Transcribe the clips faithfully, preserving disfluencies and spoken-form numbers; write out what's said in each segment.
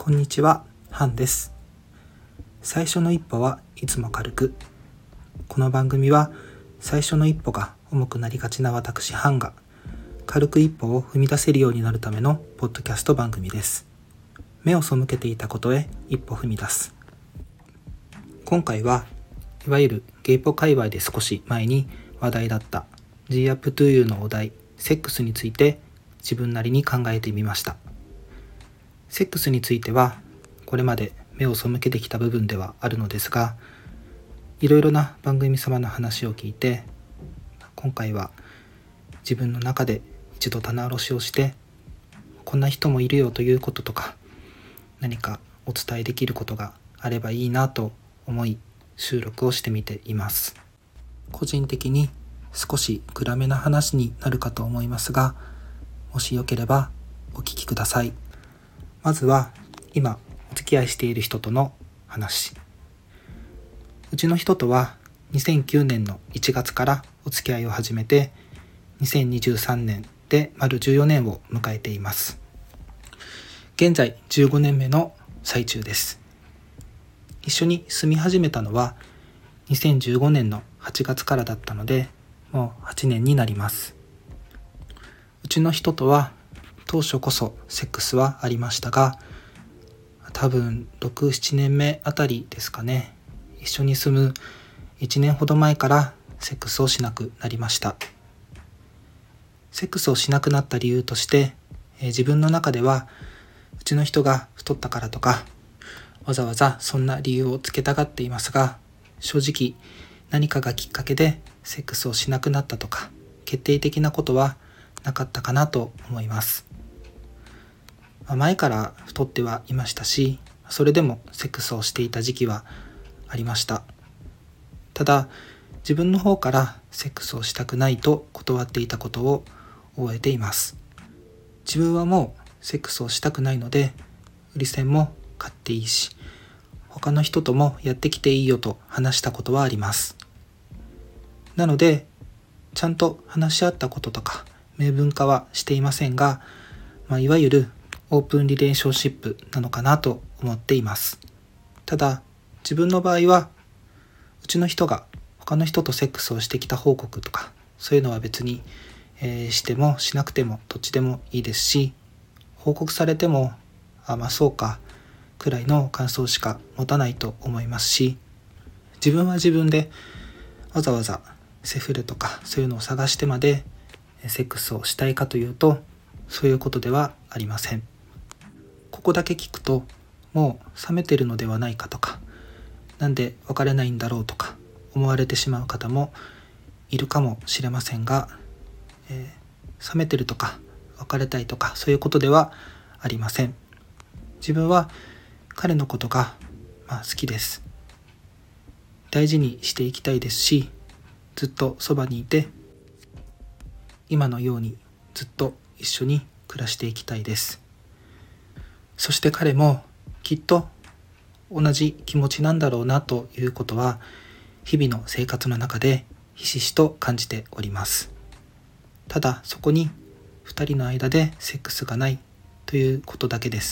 こんにちは、ハンです。最初の一歩はいつも軽く。この番組は最初の一歩が重くなりがちな私ハンが軽く一歩を踏み出せるようになるためのポッドキャスト番組です。目を背けていたことへ一歩踏み出す。今回はいわゆるゲイポ界隈で少し前に話題だった G アップ トゥーユー のお題セックスについて自分なりに考えてみました。セックスについてはこれまで目を背けてきた部分ではあるのですが、いろいろな番組様の話を聞いて、今回は自分の中で一度棚卸しをして、こんな人もいるよということとか、何かお伝えできることがあればいいなと思い収録をしてみています。個人的に少し暗めな話になるかと思いますが、もしよければお聞きください。まずは今お付き合いしている人との話。うちの人とはにせんきゅうねんのいちがつからお付き合いを始めて、にせんにじゅうさんねんで丸じゅうよねんを迎えています。現在じゅうごねんめの最中です。一緒に住み始めたのはにせんじゅうごねんのはちがつからだったので、もうはちねんになります。うちの人とは当初こそセックスはありましたが、多分ろく、ななねんめあたりですかね。一緒に住むいちねんほど前からセックスをしなくなりました。セックスをしなくなった理由として、えー、自分の中ではうちの人が太ったからとか、わざわざそんな理由をつけたがっていますが、正直何かがきっかけでセックスをしなくなったとか、決定的なことはなかったかなと思います。前から太ってはいましたし、それでもセックスをしていた時期はありました。ただ自分の方からセックスをしたくないと断っていたことを覚えています。自分はもうセックスをしたくないので、売り線も買っていいし、他の人ともやってきていいよと話したことはあります。なのでちゃんと話し合ったこととか明文化はしていませんが、まあ、いわゆるオープンリレーションシップなのかなと思っています。ただ自分の場合はうちの人が他の人とセックスをしてきた報告とか、そういうのは別に、えー、してもしなくてもどっちでもいいですし、報告されてもあまあそうかくらいの感想しか持たないと思いますし、自分は自分でわざわざセフレとかそういうのを探してまでセックスをしたいかというと、そういうことではありません。ここだけ聞くともう冷めてるのではないかとか、なんで別れないんだろうとか思われてしまう方もいるかもしれませんが、えー、冷めてるとか別れたいとかそういうことではありません。自分は彼のことが、まあ、好きです。大事にしていきたいですし、ずっとそばにいて今のようにずっと一緒に暮らしていきたいです。そして彼もきっと同じ気持ちなんだろうなということは日々の生活の中でひしひしと感じております。ただそこにふたりの間でセックスがないということだけです。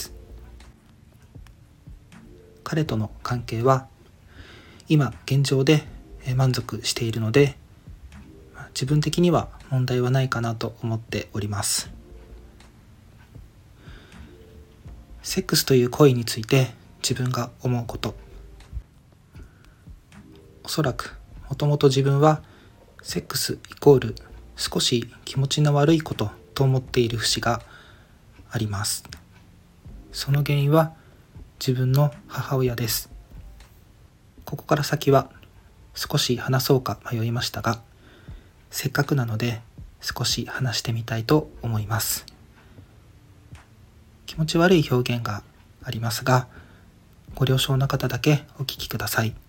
彼との関係は今現状で満足しているので、自分的には問題はないかなと思っております。セックスという行為について自分が思うこと、おそらくもともと自分はセックスイコール少し気持ちの悪いことと思っている節があります。その原因は自分の母親です。ここから先は少し話そうか迷いましたが、せっかくなので少し話してみたいと思います。気持ち悪い表現がありますが、ご了承の方だけお聞きください。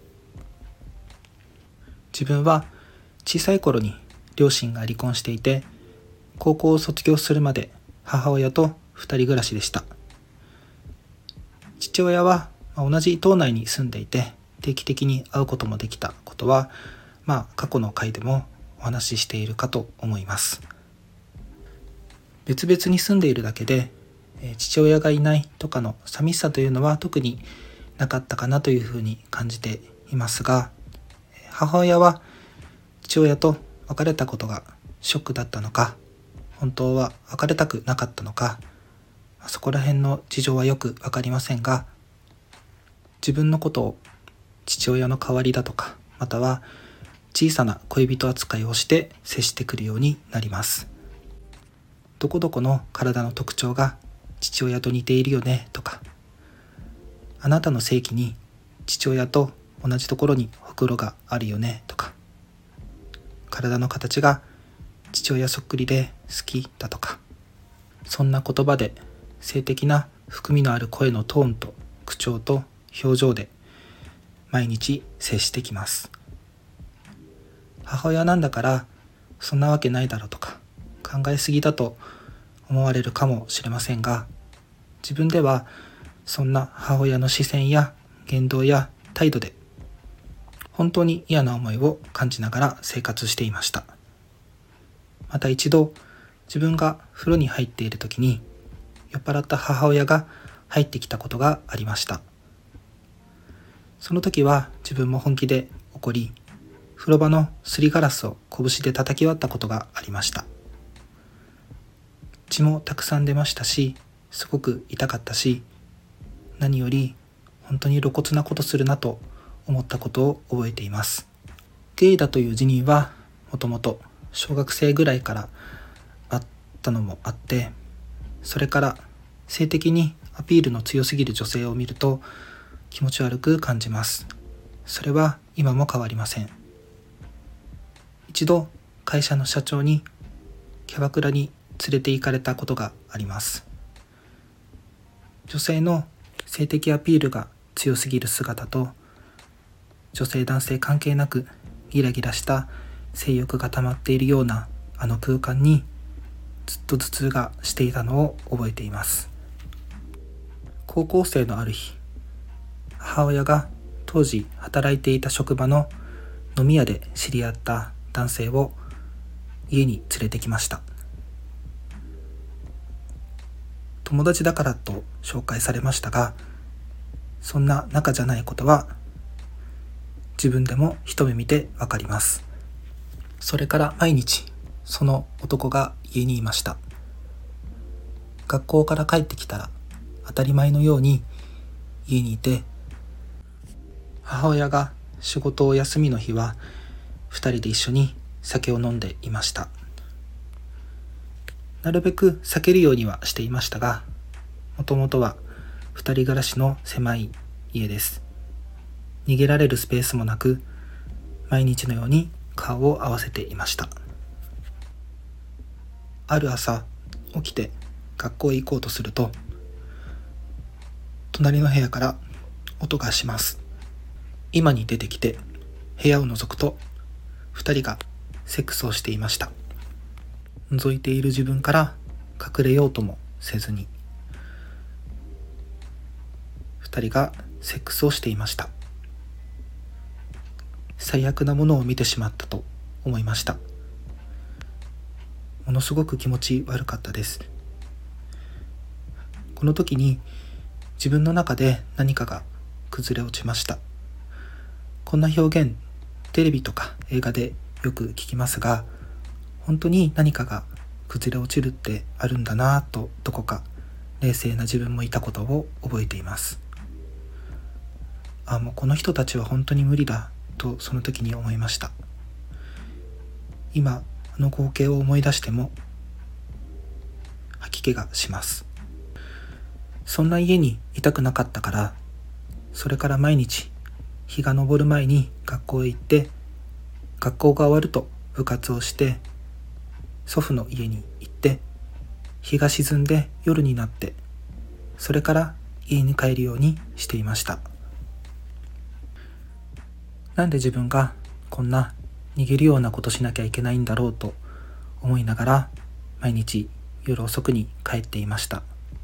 自分は小さい頃に両親が離婚していて、高校を卒業するまで母親と二人暮らしでした。父親は同じ島内に住んでいて定期的に会うこともできたことは、まあ過去の回でもお話ししているかと思います。別々に住んでいるだけでえー、父親がいないとかの寂しさというのは特になかったかなというふうに感じていますが、母親は父親と別れたことがショックだったのか、本当は別れたくなかったのか、そこら辺の事情はよくわかりませんが、自分のことを父親の代わりだとか、または小さな恋人扱いをして接してくるようになります。どこどこの体の特徴が父親と似ているよねとか、あなたの性器に父親と同じところにほくろがあるよねとか、体の形が父親そっくりで好きだとか、そんな言葉で性的な含みのある声のトーンと口調と表情で毎日接してきます。母親なんだからそんなわけないだろうとか考えすぎだと思われるかもしれませんが、自分ではそんな母親の視線や言動や態度で本当に嫌な思いを感じながら生活していました。また一度自分が風呂に入っている時に酔っ払った母親が入ってきたことがありました。その時は自分も本気で怒り、風呂場のすりガラスを拳で叩き割ったことがありました。血もたくさん出ましたし、すごく痛かったし、何より本当に露骨なことするなと思ったことを覚えています。ゲイだという自認はもともと小学生ぐらいからあったのもあって、それから性的にアピールの強すぎる女性を見ると気持ち悪く感じます。それは今も変わりません。一度会社の社長にキャバクラに連れて行かれたことがあります。女性の性的アピールが強すぎる姿と、女性男性関係なくギラギラした性欲が溜まっているようなあの空間にずっと頭痛がしていたのを覚えています。高校生のある日、母親が当時働いていた職場の飲み屋で知り合った男性を家に連れてきました。友達だからと紹介されましたが、そんな仲じゃないことは自分でも一目見てわかります。それから毎日その男が家にいました。学校から帰ってきたら当たり前のように家にいて、母親が仕事を休みの日は二人で一緒に酒を飲んでいました。なるべく避けるようにはしていましたが、もともとは二人暮らしの狭い家です。逃げられるスペースもなく、毎日のように顔を合わせていました。ある朝起きて学校へ行こうとすると、隣の部屋から音がします。今に出てきて部屋を覗くと二人がセックスをしていました。覗いている自分から隠れようともせずに二人がセックスをしていました。最悪なものを見てしまったと思いました。ものすごく気持ち悪かったです。この時に自分の中で何かが崩れ落ちました。こんな表現、テレビとか映画でよく聞きますが、本当に何かが崩れ落ちるってあるんだなぁと、どこか冷静な自分もいたことを覚えています。あ、もうこの人たちは本当に無理だとその時に思いました。今あの光景を思い出しても吐き気がします。そんな家にいたくなかったから、それから毎日日が昇る前に学校へ行って、学校が終わると部活をして祖父の家に行って、日が沈んで夜になって、それから家に帰るようにしていました。なんで自分がこんな逃げるようなことしなきゃいけないんだろうと思いながら、毎日夜遅くに帰っていました。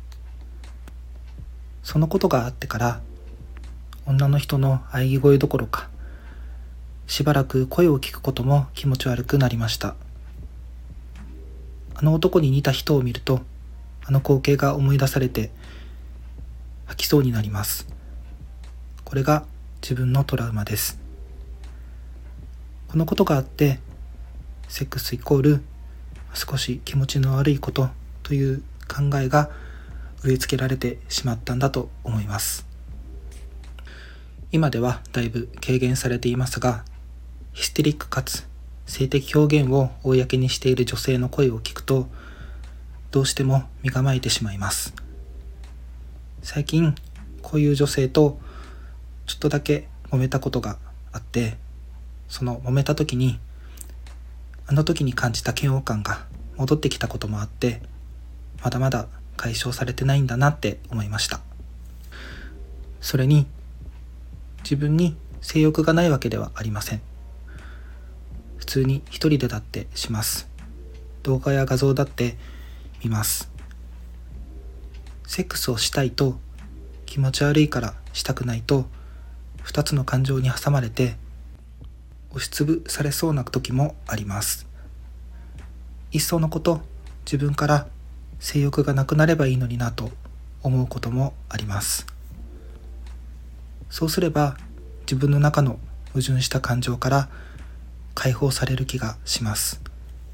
そのことがあってから、女の人の喘ぎ声どころか、しばらく声を聞くことも気持ち悪くなりました。あの男に似た人を見ると、 あの光景が思い出されて吐きそうになります。これが自分のトラウマです。このことがあってセックスイコール少し気持ちの悪いことという考えが植え付けられてしまったんだと思います。今ではだいぶ軽減されていますが、ヒステリックかつ性的表現を公にしている女性の声を聞くとどうしても身構えてしまいます。最近こういう女性とちょっとだけ揉めたことがあって、その揉めた時にあの時に感じた嫌悪感が戻ってきたこともあって、まだまだ解消されてないんだなって思いました。それに自分に性欲がないわけではありません。普通に一人でだってします。動画や画像だって見ます。セックスをしたいと気持ち悪いからしたくないと二つの感情に挟まれて押しつぶされそうな時もあります。いっそのこと自分から性欲がなくなればいいのになと思うこともあります。そうすれば自分の中の矛盾した感情から解放される気がします。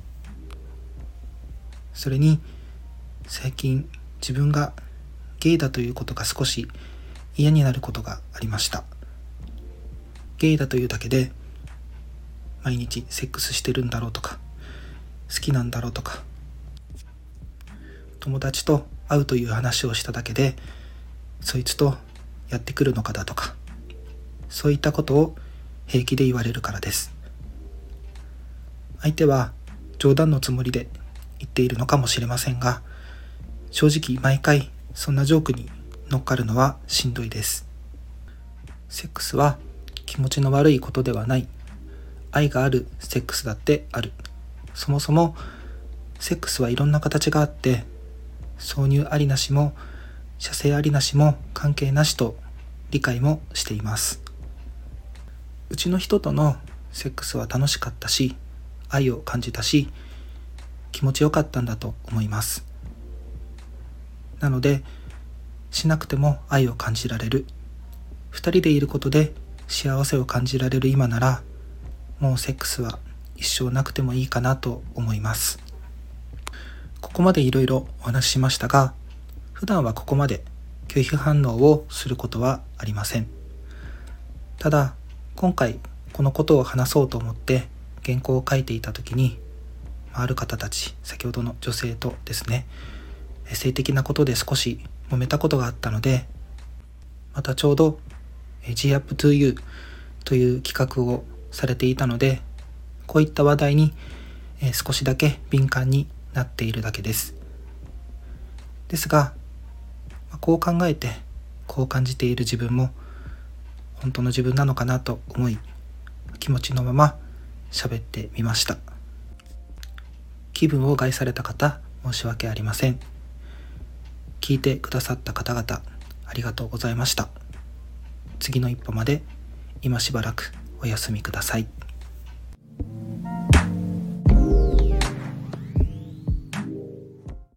それに最近自分がゲイだということが少し嫌になることがありました。ゲイだというだけで毎日セックスしてるんだろうとか、好きなんだろうとか、友達と会うという話をしただけでそいつとやってくるのかだとか、そういったことを平気で言われるからです。相手は冗談のつもりで言っているのかもしれませんが、正直毎回そんなジョークに乗っかるのはしんどいです。セックスは気持ちの悪いことではない。愛があるセックスだってある。そもそもセックスはいろんな形があって、挿入ありなしも射精ありなしも関係なしと理解もしています。うちの人とのセックスは楽しかったし、愛を感じたし、気持ちよかったんだと思います。なのでしなくても愛を感じられる、二人でいることで幸せを感じられる今なら、もうセックスは一生なくてもいいかなと思います。ここまでいろいろお話ししましたが、普段はここまで拒否反応をすることはありません。ただ今回このことを話そうと思って原稿を書いていた時に、ある方たち、先ほどの女性とですね、性的なことで少し揉めたことがあったので、またちょうど G アップ to You という企画をされていたので、こういった話題に少しだけ敏感になっているだけです。ですが、こう考えてこう感じている自分も本当の自分なのかなと思い、気持ちのまま喋ってみました。気分を害された方、申し訳ありません。聞いてくださった方々、ありがとうございました。次の一歩まで今しばらくお休みください。